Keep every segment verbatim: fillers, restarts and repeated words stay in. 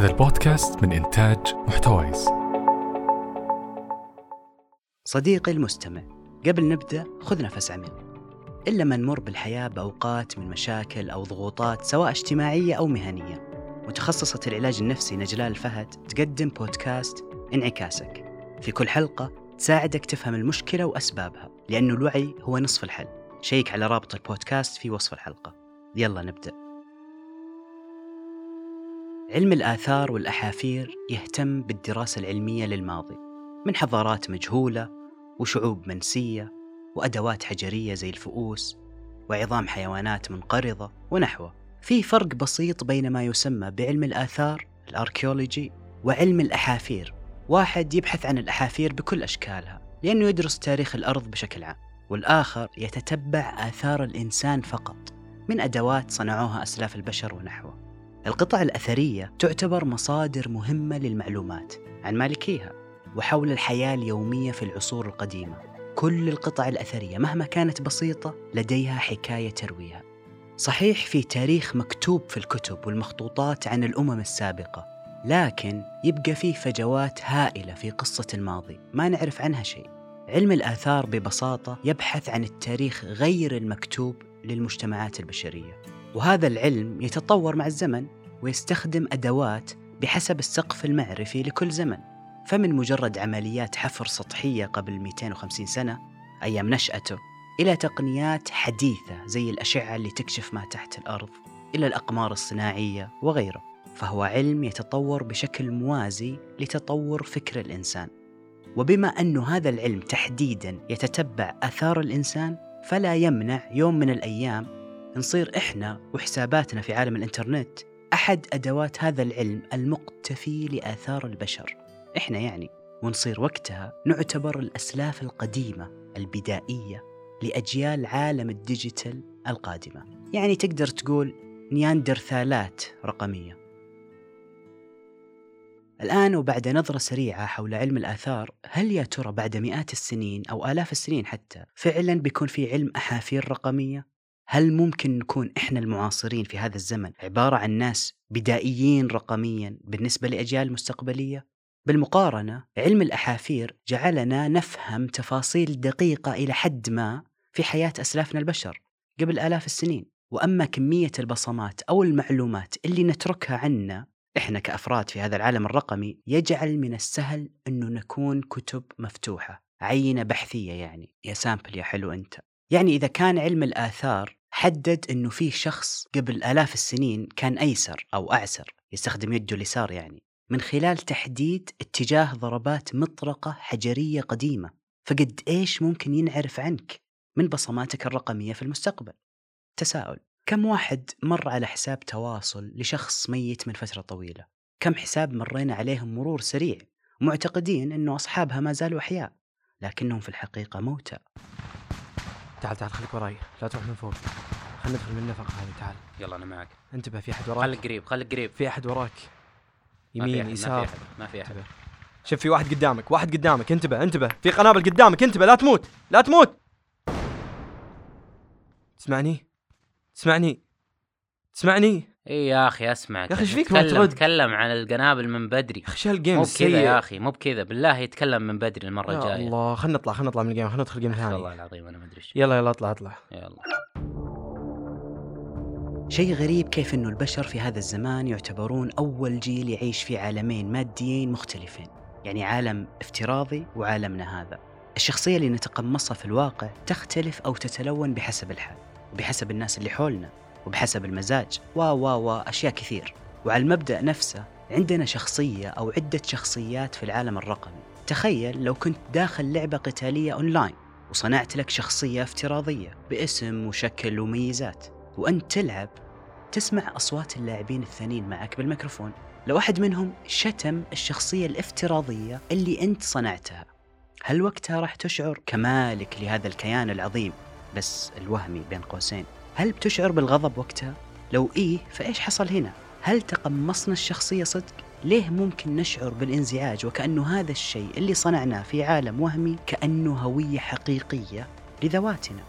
هذا البودكاست من إنتاج محتويس. صديقي المستمع، قبل نبدأ خذ نفس عميق. إلا ما نمر بالحياة بأوقات من مشاكل أو ضغوطات سواء اجتماعية أو مهنية. متخصصة العلاج النفسي نجلاء الفهد تقدم بودكاست انعكاسك. في كل حلقة تساعدك تفهم المشكلة وأسبابها، لأنه الوعي هو نصف الحل. شيك على رابط البودكاست في وصف الحلقة. يلا نبدأ. علم الآثار والأحافير يهتم بالدراسة العلمية للماضي، من حضارات مجهولة وشعوب منسية وأدوات حجرية زي الفؤوس وعظام حيوانات منقرضة ونحوه. في فرق بسيط بين ما يسمى بعلم الآثار الأركيولوجي وعلم الأحافير. واحد يبحث عن الأحافير بكل أشكالها لأنه يدرس تاريخ الأرض بشكل عام، والآخر يتتبع آثار الإنسان فقط من أدوات صنعوها أسلاف البشر ونحوه. القطع الأثرية تعتبر مصادر مهمة للمعلومات عن مالكيها وحول الحياة اليومية في العصور القديمة. كل القطع الأثرية مهما كانت بسيطة لديها حكاية ترويها. صحيح في تاريخ مكتوب في الكتب والمخطوطات عن الأمم السابقة، لكن يبقى فيه فجوات هائلة في قصة الماضي ما نعرف عنها شيء. علم الآثار ببساطة يبحث عن التاريخ غير المكتوب للمجتمعات البشرية، وهذا العلم يتطور مع الزمن ويستخدم أدوات بحسب السقف المعرفي لكل زمن. فمن مجرد عمليات حفر سطحية قبل مئتين وخمسين سنة أيام نشأته، إلى تقنيات حديثة زي الأشعة اللي تكشف ما تحت الأرض، إلى الأقمار الصناعية وغيره. فهو علم يتطور بشكل موازي لتطور فكر الإنسان. وبما أن هذا العلم تحديداً يتتبع آثار الإنسان، فلا يمنع يوم من الأيام نصير إحنا وحساباتنا في عالم الإنترنت أحد أدوات هذا العلم المقتفي لآثار البشر إحنا يعني، ونصير وقتها نعتبر الأسلاف القديمة البدائية لأجيال عالم الديجيتال القادمة. يعني تقدر تقول نياندرثالات رقمية. الآن وبعد نظرة سريعة حول علم الآثار، هل يا ترى بعد مئات السنين أو آلاف السنين حتى فعلا بيكون في علم أحافير رقمية؟ هل ممكن نكون إحنا المعاصرين في هذا الزمن عبارة عن ناس بدائيين رقميا بالنسبة لأجيال مستقبلية؟ بالمقارنة، علم الأحافير جعلنا نفهم تفاصيل دقيقة إلى حد ما في حياة أسلافنا البشر قبل آلاف السنين. وأما كمية البصمات أو المعلومات اللي نتركها عنا إحنا كأفراد في هذا العالم الرقمي، يجعل من السهل أنه نكون كتب مفتوحة، عينة بحثية يعني. يا سامبل يا حلو أنت. يعني إذا كان علم الآثار حدد أنه فيه شخص قبل آلاف السنين كان أيسر أو أعسر يستخدم يده اليسار، يعني من خلال تحديد اتجاه ضربات مطرقة حجرية قديمة، فقد إيش ممكن ينعرف عنك من بصماتك الرقمية في المستقبل؟ تساؤل: كم واحد مر على حساب تواصل لشخص ميت من فترة طويلة؟ كم حساب مرينا عليهم مرور سريع ومعتقدين أنه أصحابها ما زالوا أحياء لكنهم في الحقيقة موتى؟ تعال تعال خليك وراي، لا تروح من فوق. خلينا ندخل من النفق هذه. تعال يلا أنا معك. انتبه، في أحد وراك. خليك قريب خليك قريب. في أحد وراك، يمين يسار. ما في أحد ما في أحد. شوف في واحد قدامك، واحد قدامك. انتبه انتبه، في قنابل قدامك. انتبه لا تموت لا تموت. تسمعني تسمعني تسمعني اي يا اخي اسمعك يا اخي ايش فيك ما ترد؟ تكلم عن القنابل من بدري يا اخي شو هالجيم مو السيء بكذا يا اخي، مو بكذا بالله، يتكلم من بدري المره يا الجايه. الله خلنا نطلع خلنا نطلع من الجيم، خلنا ندخل جيم ثاني. والله العظيم انا ما ادري ايش. يلا يلا اطلع اطلع يلا. شيء غريب كيف أنه البشر في هذا الزمان يعتبرون أول جيل يعيش في عالمين ماديين مختلفين، يعني عالم افتراضي وعالمنا هذا. الشخصية اللي نتقمصها في الواقع تختلف أو تتلون بحسب الحال وبحسب الناس اللي حولنا وبحسب المزاج و و و أشياء كثير. وعلى المبدأ نفسه عندنا شخصية أو عدة شخصيات في العالم الرقمي. تخيل لو كنت داخل لعبة قتالية أونلاين وصنعت لك شخصية افتراضية باسم وشكل وميزات، وأنت تلعب تسمع أصوات اللاعبين الثانيين معك بالميكروفون. لو أحد منهم شتم الشخصية الافتراضية اللي أنت صنعتها، هل وقتها راح تشعر كمالك لهذا الكيان العظيم بس الوهمي بين قوسين؟ هل بتشعر بالغضب وقتها؟ لو إيه فإيش حصل هنا؟ هل تقمصنا الشخصية صدق؟ ليه ممكن نشعر بالانزعاج وكأنه هذا الشيء اللي صنعناه في عالم وهمي كأنه هوية حقيقية لذواتنا؟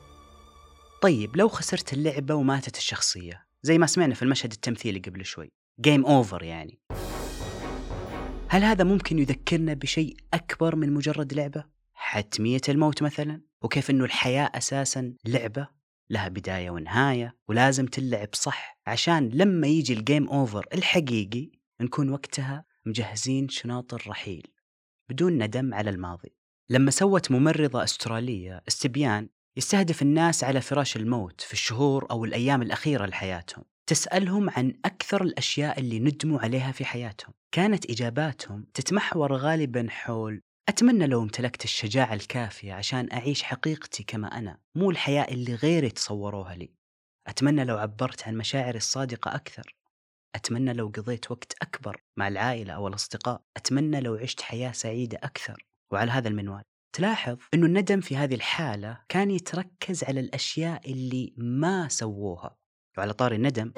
طيب لو خسرت اللعبة وماتت الشخصية زي ما سمعنا في المشهد التمثيلي قبل شوي، جيم أوفر يعني. هل هذا ممكن يذكرنا بشيء أكبر من مجرد لعبة؟ حتمية الموت مثلا، وكيف أنه الحياة أساسا لعبة لها بداية ونهاية ولازم تلعب صح عشان لما يجي الجيم أوفر الحقيقي نكون وقتها مجهزين شناط الرحيل بدون ندم على الماضي. لما سوت ممرضة أسترالية استبيان يستهدف الناس على فراش الموت في الشهور أو الأيام الأخيرة لحياتهم، تسألهم عن أكثر الأشياء اللي ندموا عليها في حياتهم، كانت إجاباتهم تتمحور غالبا حول: أتمنى لو امتلكت الشجاعة الكافية عشان أعيش حقيقتي كما أنا، مو الحياة اللي غيري تصوروها لي. أتمنى لو عبرت عن مشاعري الصادقة أكثر. أتمنى لو قضيت وقت أكبر مع العائلة أو الأصدقاء. أتمنى لو عشت حياة سعيدة أكثر. وعلى هذا المنوال تلاحظ أنه الندم في هذه الحالة كان يتركز على الأشياء اللي ما سووها. وعلى طار الندم،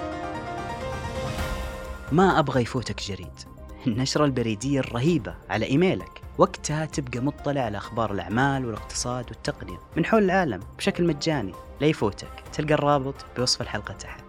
ما أبغى يفوتك جريد، النشرة البريدية الرهيبة على إيميلك، وقتها تبقى مطلع على أخبار الأعمال والاقتصاد والتقنية من حول العالم بشكل مجاني لا يفوتك. تلقى الرابط بوصف الحلقة تحت.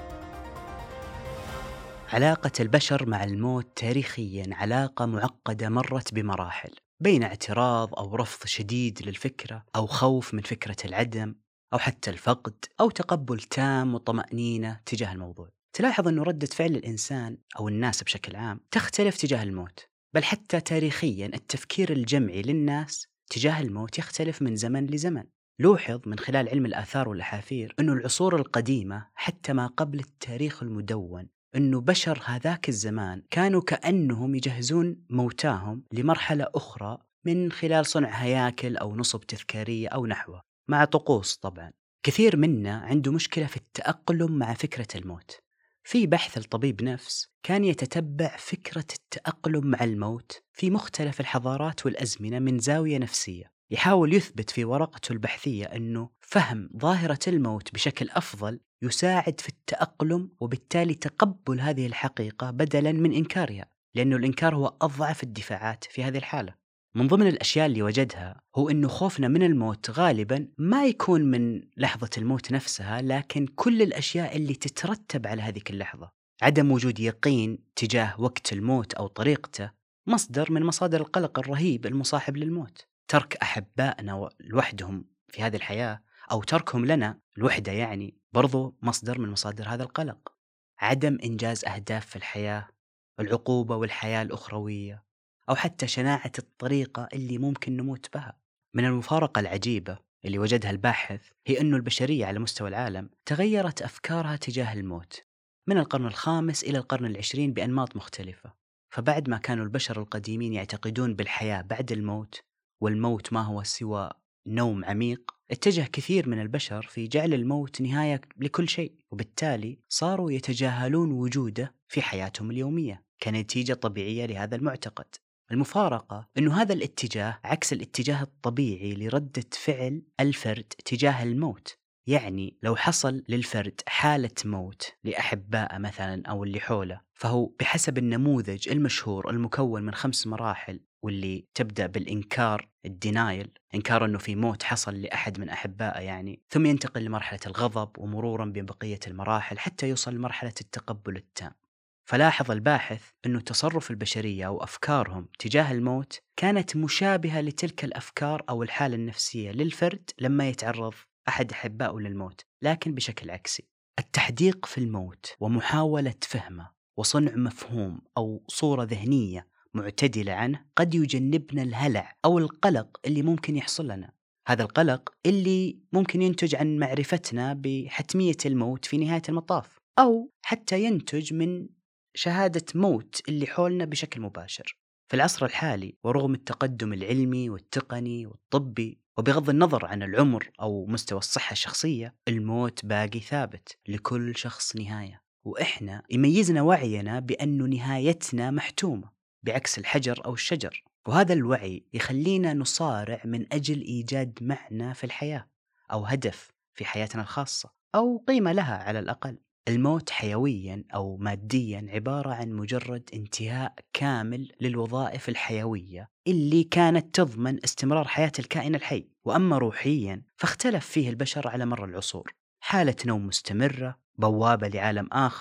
علاقة البشر مع الموت تاريخياً علاقة معقدة مرت بمراحل، بين اعتراض أو رفض شديد للفكرة، أو خوف من فكرة العدم، أو حتى الفقد، أو تقبل تام وطمأنينة تجاه الموضوع. تلاحظ أنه ردة فعل الإنسان أو الناس بشكل عام تختلف تجاه الموت، بل حتى تاريخياً التفكير الجمعي للناس تجاه الموت يختلف من زمن لزمن. لوحظ من خلال علم الآثار والأحافير أنه العصور القديمة حتى ما قبل التاريخ المدون، أنه بشر هذاك الزمان كانوا كأنهم يجهزون موتاهم لمرحلة أخرى من خلال صنع هياكل أو نصب تذكارية أو نحوه، مع طقوس طبعا. كثير منا عنده مشكلة في التأقلم مع فكرة الموت. في بحث الطبيب نفس كان يتتبع فكرة التأقلم مع الموت في مختلف الحضارات والأزمنة من زاوية نفسية، يحاول يثبت في ورقته البحثية أنه فهم ظاهرة الموت بشكل أفضل يساعد في التأقلم، وبالتالي تقبل هذه الحقيقة بدلاً من إنكارها، لأنه الإنكار هو أضعف الدفاعات في هذه الحالة. من ضمن الأشياء اللي وجدها هو أنه خوفنا من الموت غالباً ما يكون من لحظة الموت نفسها، لكن كل الأشياء اللي تترتب على هذه اللحظة. عدم وجود يقين تجاه وقت الموت أو طريقته مصدر من مصادر القلق الرهيب المصاحب للموت. ترك أحبائنا لوحدهم في هذه الحياة، أو تركهم لنا الوحدة يعني، برضو مصدر من مصادر هذا القلق. عدم إنجاز أهداف في الحياة، العقوبة والحياة الأخروية، أو حتى شناعة الطريقة اللي ممكن نموت بها. من المفارقة العجيبة اللي وجدها الباحث هي أنه البشرية على مستوى العالم تغيرت أفكارها تجاه الموت من القرن الخامس إلى القرن العشرين بأنماط مختلفة. فبعد ما كانوا البشر القديمين يعتقدون بالحياة بعد الموت، والموت ما هو سوى نوم عميق، اتجه كثير من البشر في جعل الموت نهاية لكل شيء، وبالتالي صاروا يتجاهلون وجوده في حياتهم اليومية كنتيجة طبيعية لهذا المعتقد. المفارقة أنه هذا الاتجاه عكس الاتجاه الطبيعي لردة فعل الفرد تجاه الموت. يعني لو حصل للفرد حالة موت لأحباء مثلا أو اللي حوله، فهو بحسب النموذج المشهور المكون من خمس مراحل، واللي تبدأ بالإنكار، الدينايل، إنكار أنه في موت حصل لأحد من أحبائه يعني، ثم ينتقل لمرحلة الغضب ومرورا ببقية المراحل حتى يوصل لمرحلة التقبل التام. فلاحظ الباحث أنه تصرف البشرية أو أفكارهم تجاه الموت كانت مشابهة لتلك الأفكار أو الحالة النفسية للفرد لما يتعرض أحد أحبائه للموت، لكن بشكل عكسي. التحديق في الموت ومحاولة فهمه وصنع مفهوم أو صورة ذهنية معتدلة عنه قد يجنبنا الهلع أو القلق اللي ممكن يحصل لنا. هذا القلق اللي ممكن ينتج عن معرفتنا بحتمية الموت في نهاية المطاف، أو حتى ينتج من شهادة موت اللي حولنا بشكل مباشر. في العصر الحالي ورغم التقدم العلمي والتقني والطبي، وبغض النظر عن العمر أو مستوى الصحة الشخصية، الموت باقي ثابت. لكل شخص نهاية، وإحنا يميزنا وعينا بأنه نهايتنا محتومة بعكس الحجر أو الشجر. وهذا الوعي يخلينا نصارع من أجل إيجاد معنى في الحياة، أو هدف في حياتنا الخاصة، أو قيمة لها على الأقل. الموت حيويا أو ماديا عبارة عن مجرد انتهاء كامل للوظائف الحيوية اللي كانت تضمن استمرار حياة الكائن الحي. وأما روحيا فاختلف فيه البشر على مر العصور. حالة نوم مستمرة، بوابة لعالم آخر،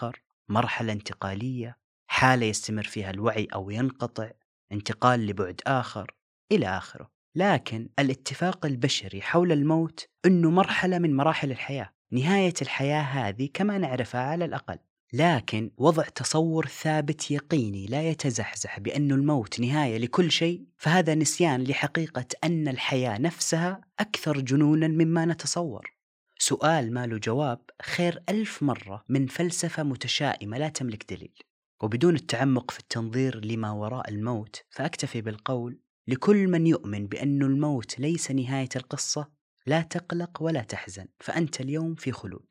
مرحلة انتقالية، حالة يستمر فيها الوعي أو ينقطع، انتقال لبعد آخر، إلى آخره. لكن الاتفاق البشري حول الموت أنه مرحلة من مراحل الحياة، نهاية الحياة هذه كما نعرفها على الأقل. لكن وضع تصور ثابت يقيني لا يتزحزح بأن الموت نهاية لكل شيء، فهذا نسيان لحقيقة أن الحياة نفسها أكثر جنونا مما نتصور. سؤال ما له جواب خير ألف مرة من فلسفة متشائمة لا تملك دليل. وبدون التعمق في التنظير لما وراء الموت، فأكتفي بالقول لكل من يؤمن بأن الموت ليس نهاية القصة: لا تقلق ولا تحزن، فأنت اليوم في خلود.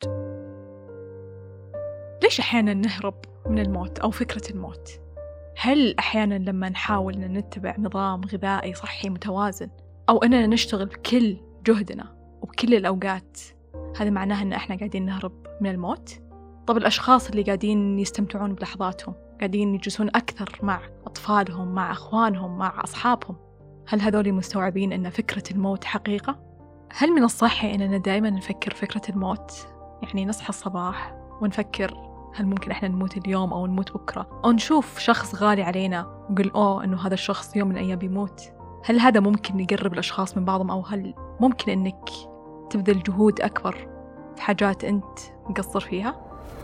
ليش أحيانا نهرب من الموت أو فكرة الموت؟ هل أحيانا لما نحاول أن نتبع نظام غذائي صحي متوازن، أو أننا نشتغل بكل جهدنا وبكل الأوقات، هذا معناه أن إحنا قاعدين نهرب من الموت؟ طب الأشخاص اللي قاعدين يستمتعون بلحظاتهم، قاعدين يجلسون أكثر مع أطفالهم، مع أخوانهم، مع أصحابهم، هل هذول مستوعبين أن فكرة الموت حقيقة؟ هل من الصحي أننا دائما نفكر فكرة الموت؟ يعني نصحى الصباح ونفكر هل ممكن إحنا نموت اليوم أو نموت بكرة، أو نشوف شخص غالي علينا ونقول أوه إنه هذا الشخص يوم من الأيام بيموت؟ هل هذا ممكن يقرب الأشخاص من بعضهم، أو هل ممكن إنك تبذل جهود أكبر في حاجات أنت مقصر فيها؟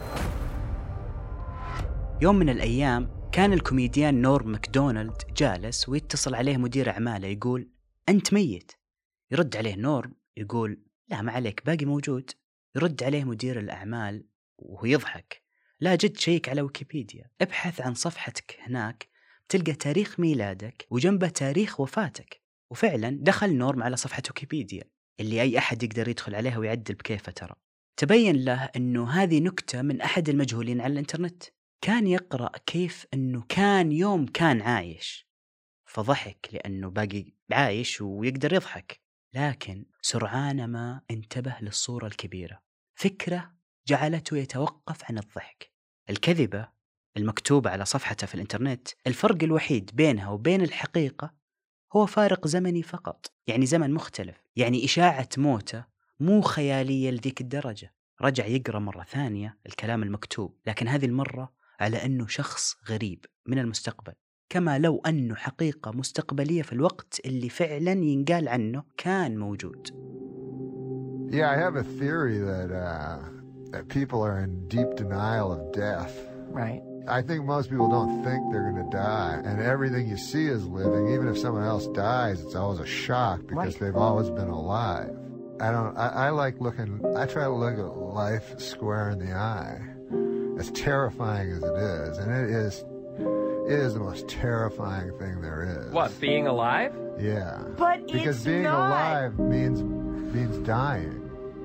يوم من الأيام كان الكوميديان نورم ماكدونالد جالس ويتصل عليه مدير أعماله يقول: أنت ميت. يرد عليه نورم يقول: لا ما عليك، باقي موجود. يرد عليه مدير الأعمال وهو يضحك: لا جد، شيك على ويكيبيديا، ابحث عن صفحتك هناك تلقى تاريخ ميلادك وجنبه تاريخ وفاتك. وفعلا دخل نورم على صفحة ويكيبيديا اللي أي أحد يقدر يدخل عليها ويعدل بكيفه. ترى تبين له أنه هذه نكتة من أحد المجهولين على الإنترنت، كان يقرأ كيف أنه كان يوم كان عايش، فضحك لأنه باقي عايش ويقدر يضحك. لكن سرعان ما انتبه للصورة الكبيرة، فكرة جعلته يتوقف عن الضحك. الكذبة المكتوبة على صفحته في الإنترنت، الفرق الوحيد بينها وبين الحقيقة هو فارق زمني فقط، يعني زمن مختلف. يعني إشاعة موته مو خيالية لذيك الدرجة. رجع يقرأ مرة ثانية الكلام المكتوب، لكن هذه المرة على أنه شخص غريب من المستقبل، كما لو أنه حقيقة مستقبلية في الوقت اللي فعلا ينقال عنه كان موجود. Yeah, I have a theory that uh, that people are in deep denial of death. Right. I think most people don't think they're going to die, and everything you see is living. Even if someone else dies, it's always a shock because Right. they've always been alive. I don't. I, I like looking. I try to look at life square in the eye, as terrifying as it is, and it is. It is the most terrifying thing there is. What, being alive? Yeah. But because it's being not. alive means means dying.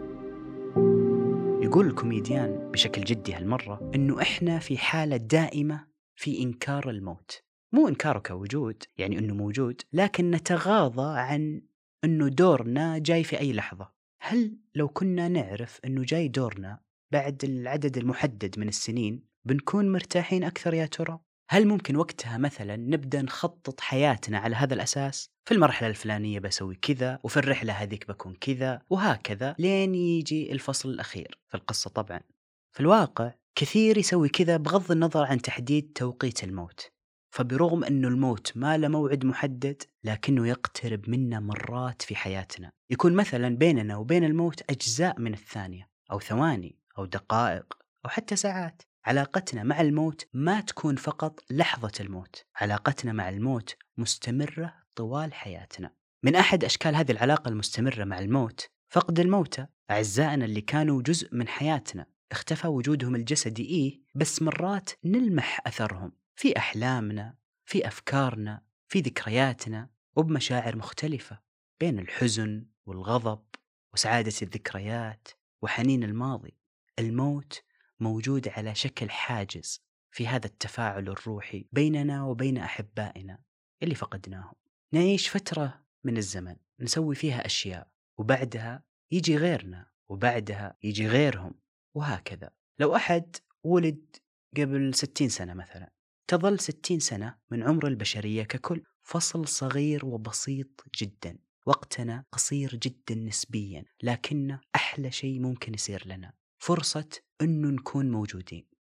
يقول الكوميديان بشكل جدي هالمرة إنه إحنا في حالة دائمة في إنكار الموت، مو إنكاره كوجود يعني إنه موجود، لكن نتغاضى عن إنه دورنا جاي في أي لحظة. هل لو كنا نعرف إنه جاي دورنا بعد العدد المحدد من السنين بنكون مرتاحين أكثر يا ترى؟ هل ممكن وقتها مثلا نبدأ نخطط حياتنا على هذا الأساس؟ في المرحلة الفلانية بسوي كذا، وفي الرحلة هذيك بكون كذا، وهكذا لين يجي الفصل الأخير في القصة. طبعا في الواقع كثير يسوي كذا بغض النظر عن تحديد توقيت الموت. فبرغم أنه الموت ما له موعد محدد، لكنه يقترب منا مرات في حياتنا. يكون مثلا بيننا وبين الموت أجزاء من الثانية، أو ثواني، أو دقائق، أو حتى ساعات. علاقتنا مع الموت ما تكون فقط لحظة الموت، علاقتنا مع الموت مستمرة طوال حياتنا. من أحد أشكال هذه العلاقة المستمرة مع الموت فقد الموتى، أعزائنا اللي كانوا جزء من حياتنا. اختفى وجودهم الجسدي إيه، بس مرات نلمح أثرهم في أحلامنا، في أفكارنا، في ذكرياتنا، وبمشاعر مختلفة بين الحزن والغضب وسعادة الذكريات وحنين الماضي. الموت موجود على شكل حاجز في هذا التفاعل الروحي بيننا وبين أحبائنا اللي فقدناهم. نعيش فترة من الزمن نسوي فيها أشياء، وبعدها يجي غيرنا، وبعدها يجي غيرهم، وهكذا. لو أحد ولد قبل ستين سنة مثلا، تظل ستين سنة من عمر البشرية ككل فصل صغير وبسيط جدا. وقتنا قصير جدا نسبيا، لكن أحلى شيء ممكن يصير لنا فرصة أنه نكون موجودين.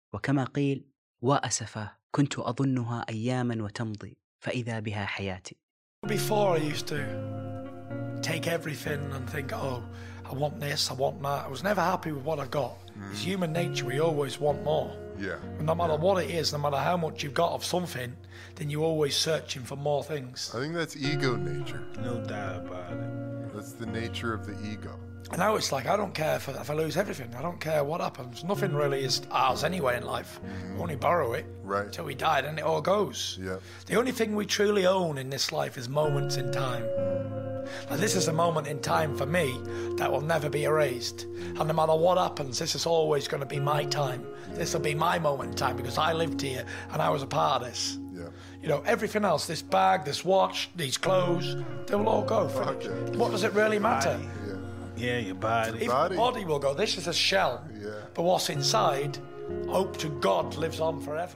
وكما قيل: وأسفة كنت أظنها أياما وتمضي فإذا بها حياتي. Before I used to take everything and think, oh, I want this, I want that. I was never happy with what I got. Mm. It's human nature, we always want more. Yeah. And no matter what it is, no matter how much you've got of something, then you're always searching for more things. I think that's ego nature. No doubt about it. That's the nature of the ego. And now it's like, I don't care if I, if I lose everything. I don't care what happens. Nothing really is ours anyway in life. Mm. We only borrow it right. until we die, and it all goes. Yeah. The only thing we truly own in this life is moments in time. Now, this is a moment in time for me that will never be erased. And no matter what happens, this is always going to be my time. This will be my moment in time because I lived here and I was a part of this. Yeah. You know, everything else, this bag, this watch, these clothes, they will all go. Okay. What does it really matter? Yeah. Yeah, your body. Even body. the body will go. This is a shell. Yeah. But what's inside, hope to God, lives on forever.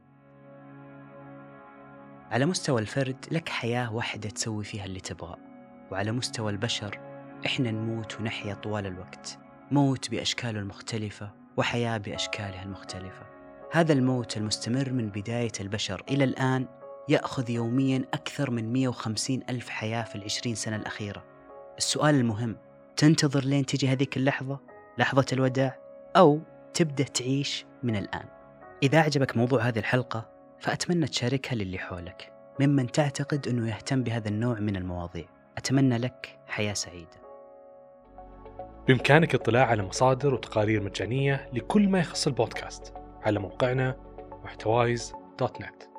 على مستوى الفرد لك حياة واحدة تسوي فيها اللي تبغى، وعلى مستوى البشر إحنا نموت ونحيا طوال الوقت، موت بأشكاله المختلفة وحياة بأشكالها المختلفة. هذا الموت المستمر من بداية البشر إلى الآن يأخذ يومياً أكثر من مئة وخمسين ألف حياة في العشرين سنة الأخيرة. السؤال المهم: تنتظر لين تجي هذيك اللحظة، لحظة الوداع، أو تبدأ تعيش من الآن؟ إذا أعجبك موضوع هذه الحلقة فأتمنى تشاركها للي حولك ممن تعتقد أنه يهتم بهذا النوع من المواضيع. أتمنى لك حياة سعيدة. بإمكانك الاطلاع على مصادر وتقارير مجانية لكل ما يخص البودكاست على موقعنا محتوايز دوت نت.